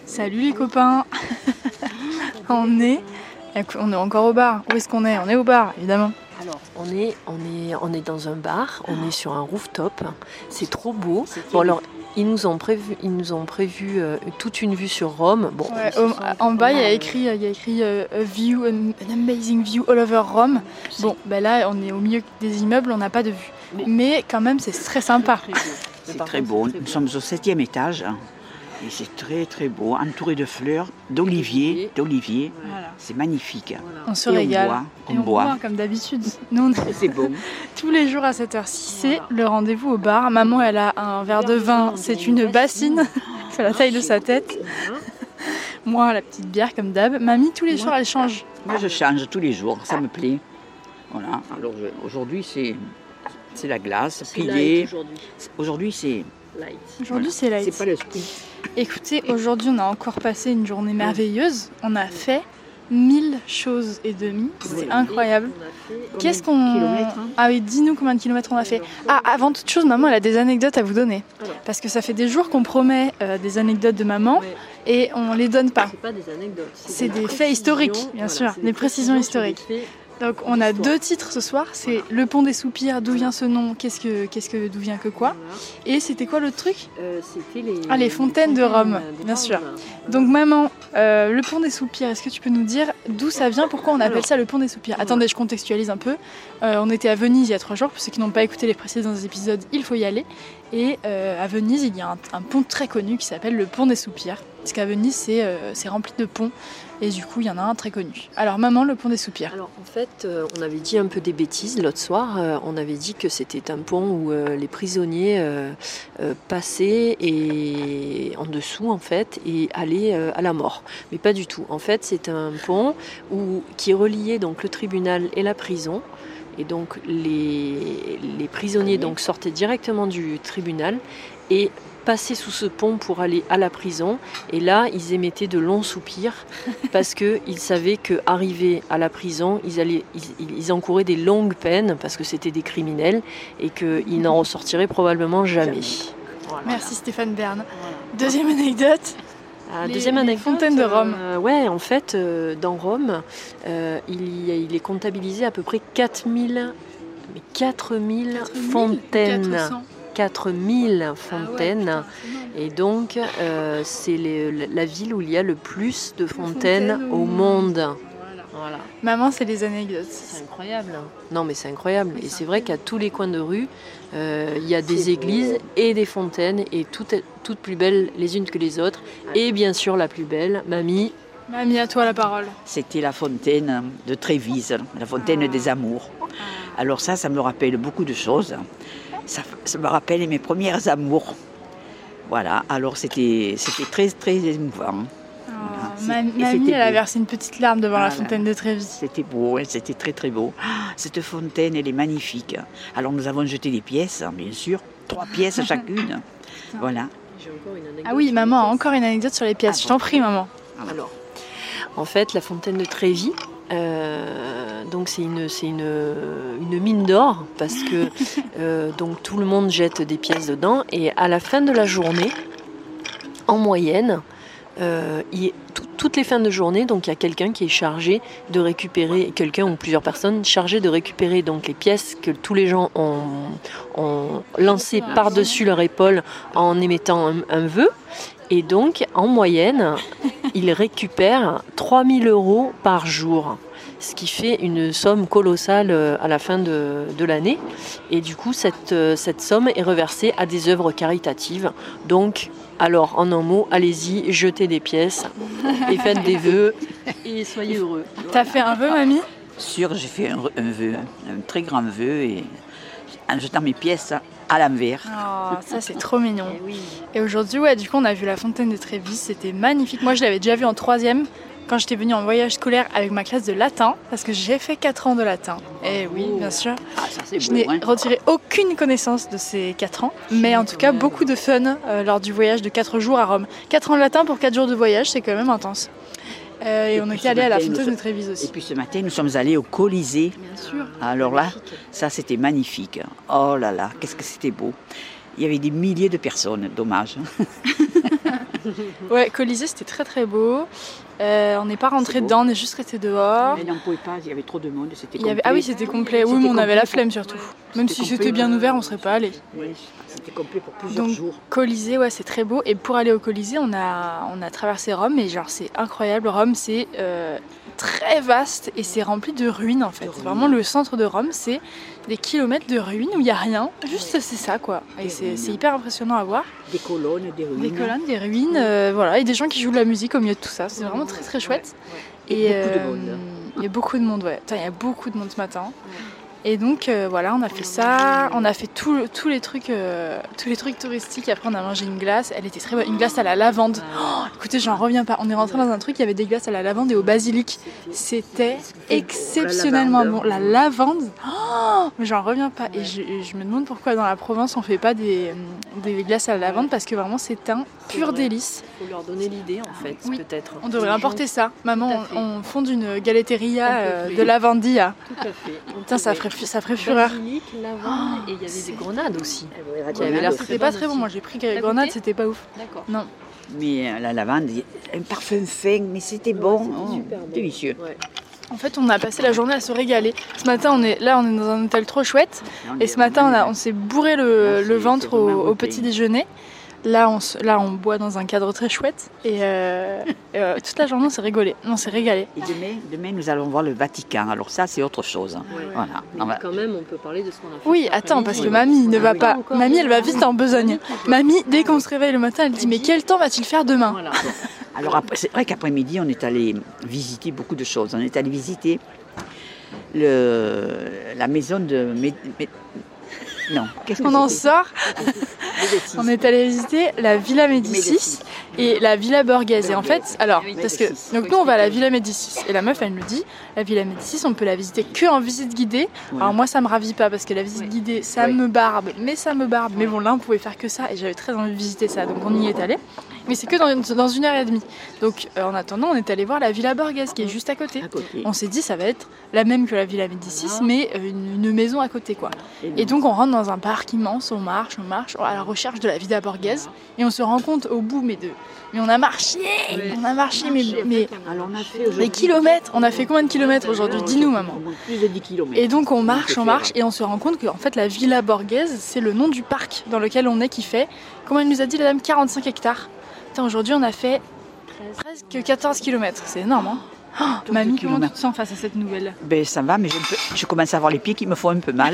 Salut les copains. on est encore au bar. Où est-ce qu'on est ? On est au bar, évidemment. Alors, on est dans un bar, on est sur un rooftop, c'est trop beau. Bon alors, ils nous ont prévu toute une vue sur Rome. Bon, ouais, en bas, il y a écrit a view, an amazing view all over Rome. Bon, ben là, on est au milieu des immeubles, on n'a pas de vue. Mais quand même, c'est très sympa. C'est très beau. Nous sommes au 7e étage. Et c'est très très beau, entouré de fleurs, d'oliviers. Voilà. C'est magnifique. Voilà. On se régale. On boit comme d'habitude. Nous, c'est bon. Tous les jours à cette heure-ci, c'est le rendez-vous au bar. Maman, elle a un verre de vin, c'est une bassine. C'est la taille de sa tête. Moi, la petite bière comme d'hab. Mamie, tous les jours, elle change. Moi, je change tous les jours, ça me plaît. Voilà. Alors aujourd'hui, c'est la glace, pilée. Aujourd'hui, c'est light. Aujourd'hui, c'est light. C'est pas le sprint. Écoutez, aujourd'hui, on a encore passé une journée merveilleuse. On a fait 1000 choses et demie. C'est incroyable. Qu'est-ce qu'on... Kilomètres, hein. Ah oui, dis-nous combien de kilomètres on a fait. Ah, avant toute chose, maman, elle a des anecdotes à vous donner. Parce que ça fait des jours qu'on promet des anecdotes de maman et on les donne pas. C'est pas des anecdotes. C'est des faits historiques, bien sûr. Des précisions historiques. Donc on a 2 titres ce soir, c'est Le Pont des Soupirs, d'où vient ce nom, d'où vient que quoi. Et c'était quoi l'autre truc ? C'était les fontaines de Rome, bien sûr. Donc maman, Le Pont des Soupirs, est-ce que tu peux nous dire d'où ça vient, pourquoi on appelle ça Le Pont des Soupirs ? Attendez, je contextualise un peu. On était à Venise il y a 3 jours, pour ceux qui n'ont pas écouté les précédents épisodes, il faut y aller. Et à Venise, il y a un pont très connu qui s'appelle Le Pont des Soupirs. Parce qu'à Venise, c'est rempli de ponts. Et du coup, il y en a un très connu. Alors, maman, Le Pont des Soupirs. Alors, en fait, on avait dit un peu des bêtises l'autre soir. On avait dit que c'était un pont où les prisonniers passaient et en dessous, en fait, et allaient à la mort. Mais pas du tout. En fait, c'est un pont qui reliait donc le tribunal et la prison. Et donc, les prisonniers donc, sortaient directement du tribunal et passaient sous ce pont pour aller à la prison, et là ils émettaient de longs soupirs parce qu'ils savaient qu'arrivés à la prison ils encouraient des longues peines parce que c'était des criminels et qu'ils n'en ressortiraient probablement jamais. Voilà. Merci Stéphane Bern. Deuxième anecdote. Deuxième anecdote, fontaines de Rome. Ouais, en fait, dans Rome, il est comptabilisé à peu près 4000 fontaines. 4000 fontaines, et donc c'est la ville où il y a le plus de fontaines au monde. Voilà. Maman, c'est les anecdotes. C'est incroyable. Non, mais c'est incroyable. Et c'est vrai qu'à tous les coins de rue, il y a des églises et des fontaines, et toutes plus belles les unes que les autres. Et bien sûr, la plus belle, Mamie. Mamie, à toi la parole. C'était la fontaine de Trévise, la fontaine des amours. Alors ça me rappelle beaucoup de choses. Ça me rappelle mes premières amours. Voilà, alors c'était très très émouvant. Mamie, elle a versé une petite larme devant la fontaine de Trévise. C'était beau, c'était très très beau. Cette fontaine, elle est magnifique. Alors nous avons jeté des pièces, bien sûr, 3 pièces chacune. Voilà. J'ai encore une anecdote. Ah oui, maman a encore une anecdote sur les pièces. Je t'en prie, maman. Alors, en fait, la fontaine de Trévis, donc c'est une mine d'or parce que donc tout le monde jette des pièces dedans, et à la fin de la journée, en moyenne, toutes les fins de journée, donc il y a quelqu'un qui est chargé de récupérer, quelqu'un ou plusieurs personnes chargées de récupérer donc les pièces que tous les gens ont lancées par-dessus leur épaule en émettant un vœu. Et donc, en moyenne, ils récupèrent 3 000 € par jour, ce qui fait une somme colossale à la fin de l'année. Et du coup, cette somme est reversée à des œuvres caritatives. Donc, alors, en un mot, allez-y, jetez des pièces et faites des vœux et soyez heureux. T'as fait un vœu, mamie ? Sûr, j'ai fait un vœu, un très grand vœu, et en jetant mes pièces à l'envers. Oh, ça c'est trop mignon. Et aujourd'hui, du coup, on a vu la fontaine de Trévise, c'était magnifique. Moi, je l'avais déjà vue en 3e, quand j'étais venue en voyage scolaire avec ma classe de latin, parce que j'ai fait 4 ans de latin. Et oui, bien sûr. Je n'ai retiré aucune connaissance de ces 4 ans, mais en tout cas, beaucoup de fun lors du voyage de 4 jours à Rome. 4 ans de latin pour 4 jours de voyage, c'est quand même intense. Et on était allé à la fontaine de Trévise aussi. Et puis ce matin, nous sommes allés au Colisée. Bien sûr. Alors là, ça c'était magnifique. Oh là là, qu'est-ce que c'était beau. Il y avait des milliers de personnes, dommage. Ouais, Colisée, c'était très très beau. On n'est pas rentré dedans, on est juste resté dehors. Mais on ne pouvait pas, il y avait trop de monde, c'était complet. Ah oui, c'était complet. Oui, mais on avait la flemme surtout. Même si c'était bien ouvert, on ne serait pas allé. Oui, c'était complet pour plusieurs jours. Colisée, ouais, c'est très beau. Et pour aller au Colisée, on a traversé Rome et genre c'est incroyable. Rome, c'est très vaste et c'est rempli de ruines en fait. Vraiment, le centre de Rome, c'est des kilomètres de ruines où il n'y a rien. Juste c'est ça quoi. Et c'est hyper impressionnant à voir. Des colonnes, des ruines. Des colonnes, des ruines, voilà. Et des gens qui jouent de la musique au milieu de tout ça. C'est vraiment très très chouette. Et beaucoup de monde. Il y a beaucoup de monde, ouais. Putain, il y a beaucoup de monde ce matin. Et donc voilà, on a fait ça, on a fait tous les trucs touristiques. Après, on a mangé une glace. Elle était très bonne, une glace à la lavande. Oh, écoutez, j'en reviens pas. On est rentré dans un truc, il y avait des glaces à la lavande et au basilic. C'était exceptionnellement bon. La lavande, oh, mais j'en reviens pas. Et je me demande pourquoi dans la Provence on fait pas des glaces à la lavande parce que vraiment c'est un pur délice. Il faut leur donner l'idée en fait, oui. Peut-être. On devrait importer ça. Maman, on fonde une galateria de lavandia. Tout à fait. Putain, ça ferait fureur. Basilic, lavande, et il y avait des grenades aussi. C'était pas très bon. Moi j'ai pris grenade, c'était pas ouf. D'accord. Non. Mais la lavande, un parfum fin, mais c'était bon. Super bon. Délicieux. Ouais. En fait, on a passé la journée à se régaler. Ce matin, on est dans un hôtel trop chouette. Et ce matin, on s'est bourré le ventre au petit déjeuner. Là, on boit dans un cadre très chouette. Et toute la journée, on s'est rigolé. On s'est régalé. Et demain, nous allons voir le Vatican. Alors ça, c'est autre chose. Ouais. Voilà. Mais quand même, on peut parler de ce qu'on a fait. Oui, attends, parce que mamie ne va pas. Mamie, elle va vite en besogne. Mamie, dès qu'on se réveille le matin, elle dit mais quel temps va-t-il faire demain? Voilà. Alors c'est vrai qu'après-midi, on est allé visiter beaucoup de choses. On est allé visiter la maison de... Non, qu'est-ce on en sort. On est allé visiter la Villa Médicis et la Villa Borghese. Et en fait, alors, parce que donc nous on va à la Villa Médicis et la meuf elle nous dit la Villa Médicis on peut la visiter que en visite guidée. Alors moi ça me ravit pas parce que la visite guidée ça me barbe, mais bon là on pouvait faire que ça et j'avais très envie de visiter ça donc on y est allé. Mais c'est que dans 1h30. Donc en attendant on est allé voir la Villa Borghese qui est juste à côté. On s'est dit ça va être la même que la Villa Médicis mais une maison à côté quoi. Et donc on rentre dans un parc immense, on marche à la recherche de la Villa Borghese et on se rend compte au bout mais on a marché, mais kilomètres. On a fait combien de kilomètres aujourd'hui? Dis-nous maman. Plus de 10 kilomètres. Et donc on marche et on se rend compte que en fait la Villa Borghese c'est le nom du parc dans lequel on est qui fait, comment elle nous a dit la dame, 45 hectares. Putain, aujourd'hui on a fait presque 14 kilomètres, c'est énorme hein. Oh, mamie, comment tu te sens face à cette nouvelle? Ben ça va, mais je commence à avoir les pieds qui me font un peu mal.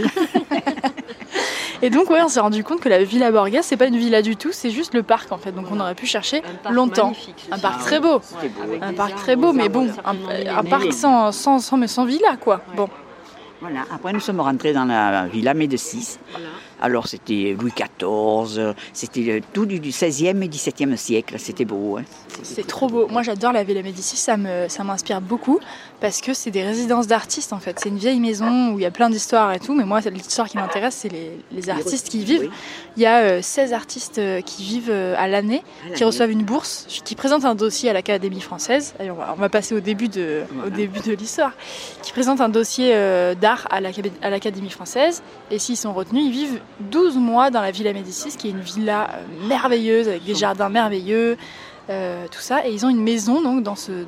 Et donc ouais, on s'est rendu compte que la Villa Borghese c'est pas une villa du tout, c'est juste le parc en fait. Donc on aurait pu chercher longtemps. Un parc très beau, un parc très beau, mais bon, un parc sans villa quoi. Bon. Voilà. Après nous sommes rentrés dans la Villa Médicis. Alors c'était Louis XIV, c'était tout du XVIe et XVIIe siècle, c'était beau. Hein. C'est trop beau. Moi j'adore la Villa Médicis, ça m'inspire beaucoup parce que c'est des résidences d'artistes en fait. C'est une vieille maison où il y a plein d'histoires et tout, mais moi l'histoire qui m'intéresse c'est les artistes qui y vivent. Il y a 16 artistes qui vivent à l'année, qui reçoivent une bourse, qui présentent un dossier à l'Académie française. Allez, on va passer au début de l'histoire. Qui présentent un dossier d'art à l'Académie française et s'ils sont retenus, ils vivent 12 mois dans la Villa Médicis, qui est une villa merveilleuse avec des jardins merveilleux, tout ça. Et ils ont une maison donc dans ce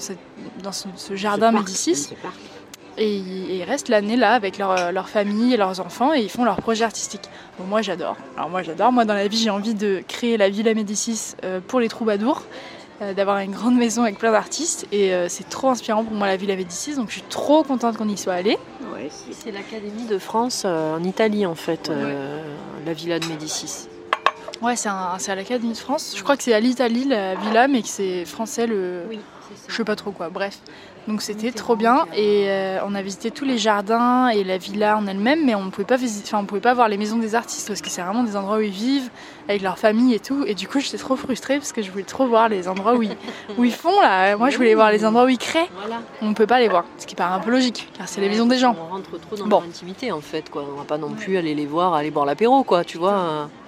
jardin Médicis. Et ils restent l'année là avec leur famille et leurs enfants et ils font leurs projets artistiques. Bon, moi j'adore. Moi dans la vie j'ai envie de créer la Villa Médicis pour les troubadours. D'avoir une grande maison avec plein d'artistes et c'est trop inspirant pour moi la Villa Médicis donc je suis trop contente qu'on y soit allé. Ouais, c'est l'Académie de France en Italie en fait, la Villa de Médicis. Ouais, c'est à l'Académie de France. Je crois que c'est à l'Italie la villa mais que c'est français Oui, c'est ça. Je sais pas trop quoi, bref. Donc c'était trop bien et on a visité tous les jardins et la villa en elle-même mais on pouvait pas voir les maisons des artistes parce que c'est vraiment des endroits où ils vivent avec leur famille et tout et du coup j'étais trop frustrée parce que je voulais trop voir les endroits où ils font là. Moi je voulais voir les endroits où ils créent. Voilà. On peut pas les voir, ce qui paraît un peu logique car c'est les maisons des gens. On rentre trop dans leur intimité en fait quoi. On va pas non plus aller les voir, aller boire l'apéro quoi, tu vois.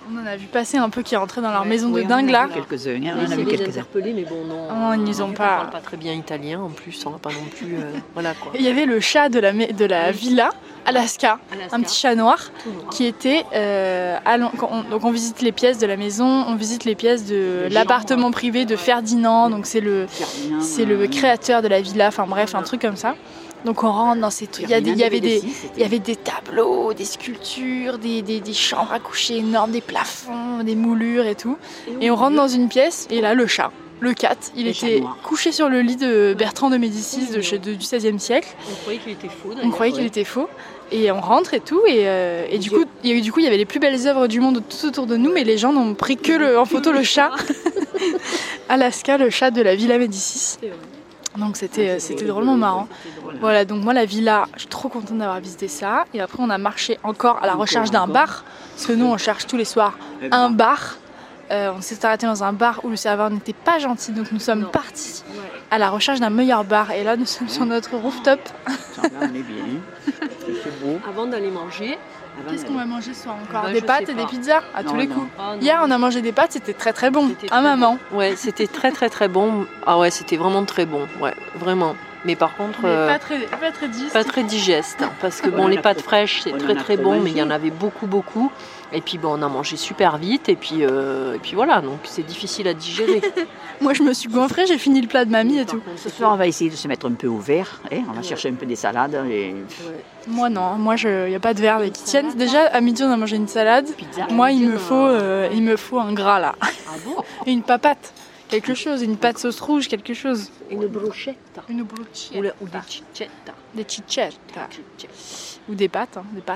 On en a vu passer un peu qui rentraient dans leur maison de Oui, dingue là. Quelques-uns, hein, On on a vu les quelques-uns. interpeller, mais bon, non. Non, ils nous ont On pas. parle pas très bien italien en plus, on n'a pas non plus. Voilà quoi. Il y avait le chat de la villa, Alaska, un petit chat noir, qui était. Donc on visite les pièces de la maison, on visite les pièces de l'appartement privé de Ferdinand, donc c'est le créateur de la villa, enfin bref, un truc comme ça. Donc on rentre dans ces trucs, il y avait des tableaux, des sculptures, des chambres à coucher énormes, des plafonds, des moulures et tout. Et on rentre dans une pièce et là le chat, le cat, il était couché sur le lit de Bertrand de Médicis du XVIe siècle. On croyait qu'il était faux. On croyait qu'il était faux. Et on rentre et tout, et du coup il y avait les plus belles œuvres du monde tout autour de nous, mais les gens n'ont pris que en photo le chat. Alaska, le chat de la Villa Médicis. Donc c'était drôlement marrant. Voilà, donc moi la villa, je suis trop contente d'avoir visité ça. Et après on a marché encore à la recherche d'un bar, parce que nous on cherche tous les soirs un bar. On s'est arrêté dans un bar où le serveur n'était pas gentil, donc nous sommes partis à la recherche d'un meilleur bar. Et là nous sommes sur notre rooftop. Ça va, on est bien. C'est beau. Avant d'aller manger. Qu'est-ce qu'on va manger ce soir encore? Bah, des je pâtes sais et des pas. pizzas à tous les non. coups. Ah, non. Hier on a mangé des pâtes, c'était très très bon. C'était À très maman. Ouais, c'était très très très bon. Ah ouais, c'était vraiment très bon. Ouais, vraiment. Mais par contre, Mais pas très digeste. Hein, parce que On bon, en les a pâtes trop- fraîches, c'est on en très a très trop bon, mangé. mais il y en avait beaucoup. Et puis bon, on a mangé super vite. Et puis voilà, donc c'est difficile à digérer. Moi je me suis goinfrée, j'ai fini le plat de mamie et tout. Ce soir, on va essayer de se mettre un peu ouvert. Hein, on va chercher un peu des salades. Et... Moi non, il n'y a pas de verre qui tiennent. Déjà à midi on a mangé une salade. Pizza. Moi il me faut un gras là. Ah bon? Et une papate. Quelque chose, une pâte sauce rouge, quelque chose. Une brochette. Une bruschetta. Ou des cicchettes. Des cicchettes. Ou des pâtes, hein, des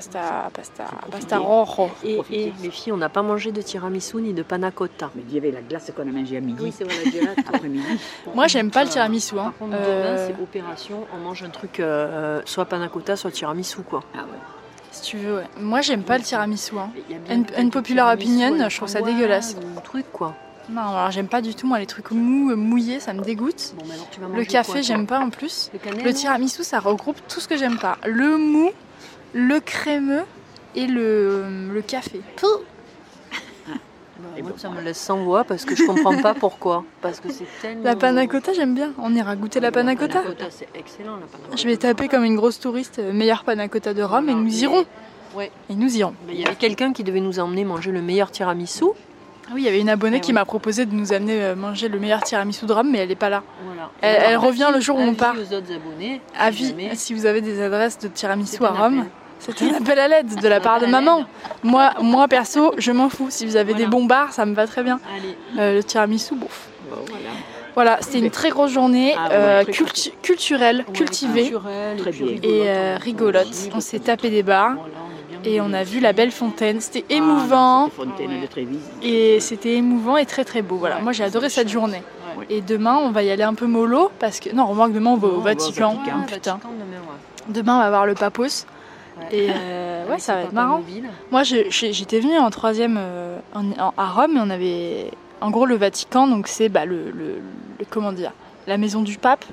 pasta rojo. Et les filles, on n'a pas mangé de tiramisu ni de panna cotta. Mais il y avait la glace qu'on a mangée à midi. c'est vrai, la gelato. Après-midi. Moi j'aime pas le tiramisu. Hein. Par contre, demain, c'est opération. On mange un truc soit panna cotta, soit tiramisu, quoi. Ah ouais. Si tu veux, ouais. Moi j'aime pas le tiramisu. Hein. Il y a bien Une popular tiramisu opinion, à la je trouve ça framboise, dégueulasse. ou truc, quoi. Non, alors j'aime pas du tout moi les trucs mouillés, ça me dégoûte. Bon, mais alors, tu vas Le manger café quoi, j'aime pas en plus. Le cannelle, Le tiramisu ça regroupe tout ce que j'aime pas. Le mou, le crémeux et le café. Pouh. Bah, moi, ça me laisse sans voix parce que je comprends pas pourquoi. Parce que c'est tellement. La panna cotta j'aime bien. On ira goûter la panna cotta. C'est excellent, la panna cotta. Je vais taper comme une grosse touriste meilleur panna cotta de Rome et nous irons. Ouais. Et nous irons. Mais il y avait quelqu'un qui devait nous emmener manger le meilleur tiramisu. Ah oui, il y avait une abonnée Eh qui oui. m'a proposé de nous amener manger le meilleur tiramisu de Rome, mais elle est pas là. Voilà. Elle revient le jour où on part. Aux autres abonnés. Avis, jamais. si vous avez des adresses de tiramisu C'est à un Rome, appel. c'est un appel à l'aide de la part de appel à maman. Moi perso, je m'en fous. Si vous avez des Voilà. bons bars, ça me va très bien. Allez. Le tiramisu, bouf. Bon, voilà. Voilà, c'était une très grosse journée Ah ouais, très culturelle, Ouais, cultivée culturel, Très puis bien. et rigolote. On s'est tapé des bars Voilà, on est bien et on a vu la belle fontaine. C'était Ah, émouvant c'était Fontaine de Trévise. et c'était émouvant et très très beau. Voilà, Ouais, moi j'ai adoré cette journée. Ouais. Et demain, on va y aller un peu mollo parce que non, remarque demain on va Non, au on va au Vatican. Vatican. Putain. Vatican demain, ouais. Demain, on va voir le Papos. Ouais. Et ouais, ça va être marrant. Moi, j'étais venue en troisième à Rome et on avait en gros le Vatican, donc c'est comment dire, la maison du pape,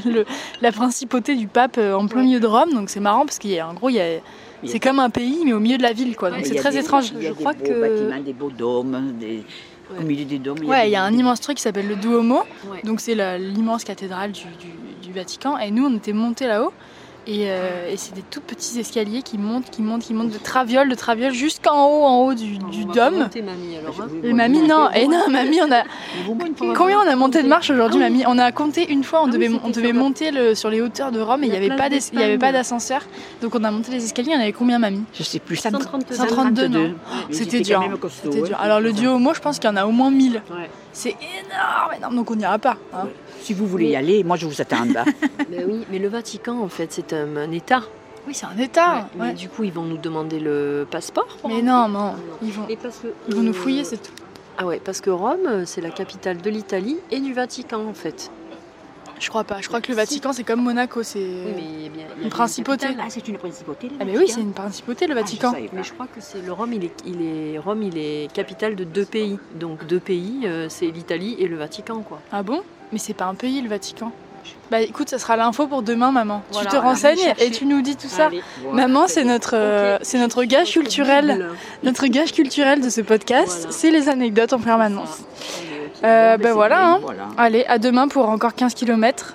la principauté du pape en plein milieu de Rome. Donc c'est marrant parce c'est comme un pays mais au milieu de la ville, quoi. Donc Ouais, c'est il y a très des- étrange. Il y a Je des crois beaux que bâtiments, des beaux dômes, au milieu des dômes. ouais, il y a un immense truc qui s'appelle le Duomo. Ouais. Donc c'est l'immense cathédrale du Vatican. Et nous, on était montés là-haut. Et c'est des tout petits escaliers qui montent de traviole jusqu'en haut du dôme. Monter, mamie, alors, hein. Et mamie, non, mamie, on a. Combien on a monté de marche aujourd'hui, mamie? On a compté une fois, on devait monter sur les hauteurs de Rome et il n'y avait pas d'ascenseur. Donc on a monté les escaliers, on avait combien, mamie? Je sais plus, 132. 132, non. Mais C'était dur. quand même costaud, C'était hein. dur. Alors le Duomo, je pense qu'il y en a au moins 1000. Ouais. C'est énorme, donc on n'ira pas. Hein. Si vous voulez y aller, moi je vous attends en bas. Mais oui, mais le Vatican, en fait, c'est un État. Oui, c'est un état. Mais Ouais. du coup, ils vont nous demander le passeport. pour Mais rentrer. non, ils vont parce nous fouiller, c'est tout. Ah ouais, parce que Rome, c'est la capitale de l'Italie et du Vatican, en fait. Je crois pas. Je crois que le Vatican, c'est comme Monaco, c'est Oui, mais il y a bien- il y a une principauté. Ah, c'est une principauté, le Ah mais oui, Vatican. c'est une principauté, le Ah, je Vatican. savais pas. Mais je crois que c'est le Rome, Rome, il est capitale de 2 pays. Donc 2 pays, c'est l'Italie et le Vatican, quoi. Ah bon? Mais c'est pas un pays, le Vatican. Bah écoute, ça sera l'info pour demain, maman. Voilà, tu te renseignes et tu nous dis tout ça. Allez. Maman, c'est notre gage culturel. Notre gage culturel de ce podcast, Voilà. c'est les anecdotes en permanence. Voilà. Voilà, hein. Voilà. Allez, à demain pour encore 15 km.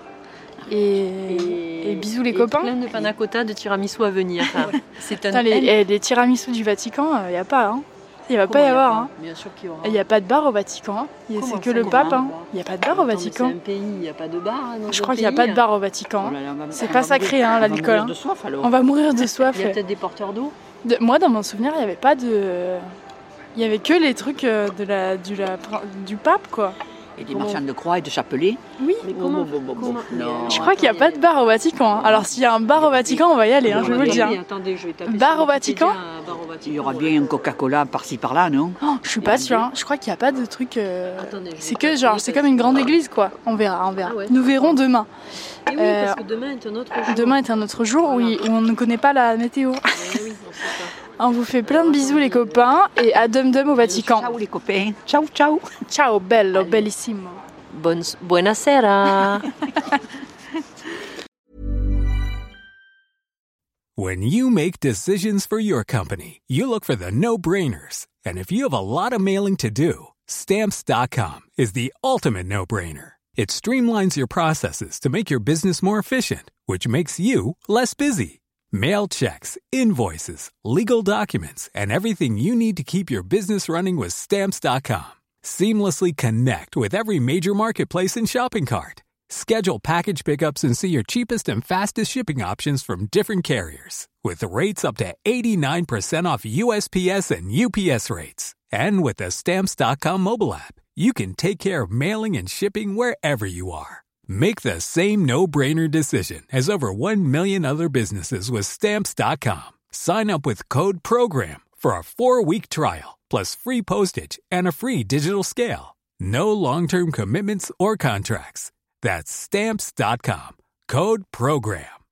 Et bisous les copains. Plein de panna cotta de tiramisu à venir. C'est un Putain, les tiramisu du Vatican, il n'y a pas. Hein. Il va pas y avoir. Hein. Bien sûr qu'il y aura. Il n'y a pas de bar au Vatican. Hein. Comment C'est que ça, le il y a pape. pas de Hein. bar Il n'y a pas de bar au Attends, mais Vatican. c'est un pays, il n'y a pas de bar. Dans Je un crois qu'il n'y a pays, pas de hein. bar au Vatican. Oh là là, C'est pas sacré, hein, l'alcool. On va Hein. mourir de soif alors. On va mourir de soif. Il y a peut-être des porteurs d'eau. Moi, dans mon souvenir, il n'y avait pas de. Il y avait que les trucs du pape, quoi. Et des marchands de croix et de chapelets. Oui. Mais comment, Non. Je crois qu'il n'y a pas de bar au Vatican. Hein. Alors, s'il y a un bar au Vatican, on va y aller, hein, je vais vous le dire. Attendez, je vais taper Bar sur au Vatican Wikipédia, bar au Vatican. Il y aura bien un Coca-Cola par-ci par-là, non? Oh, je suis pas sûre. Hein. Je crois qu'il n'y a pas de truc. Attendez, je vais C'est que taper genre, parce c'est comme une que- grande église, quoi. On verra. Ah ouais. Nous verrons demain. Et oui, parce que demain est un autre jour. Demain est un autre jour où on ne connaît pas la météo. Oui, on sait ça. On vous fait plein de bisous, les copains, et à dum dum au Vatican. Ciao les copains. Ciao, ciao. Ciao, bello, bellissimo. Buonasera. When you make decisions for your company, you look for the no-brainers. And if you have a lot of mailing to do, Stamps.com is the ultimate no-brainer. It streamlines your processes to make your business more efficient, which makes you less busy. Mail checks, invoices, legal documents, and everything you need to keep your business running with Stamps.com. Seamlessly connect with every major marketplace and shopping cart. Schedule package pickups and see your cheapest and fastest shipping options from different carriers. With rates up to 89% off USPS and UPS rates. And with the Stamps.com mobile app, you can take care of mailing and shipping wherever you are. Make the same no-brainer decision as over 1 million other businesses with Stamps.com. Sign up with code PROGRAM for a 4-week trial, plus free postage and a free digital scale. No long-term commitments or contracts. That's Stamps.com. Code PROGRAM.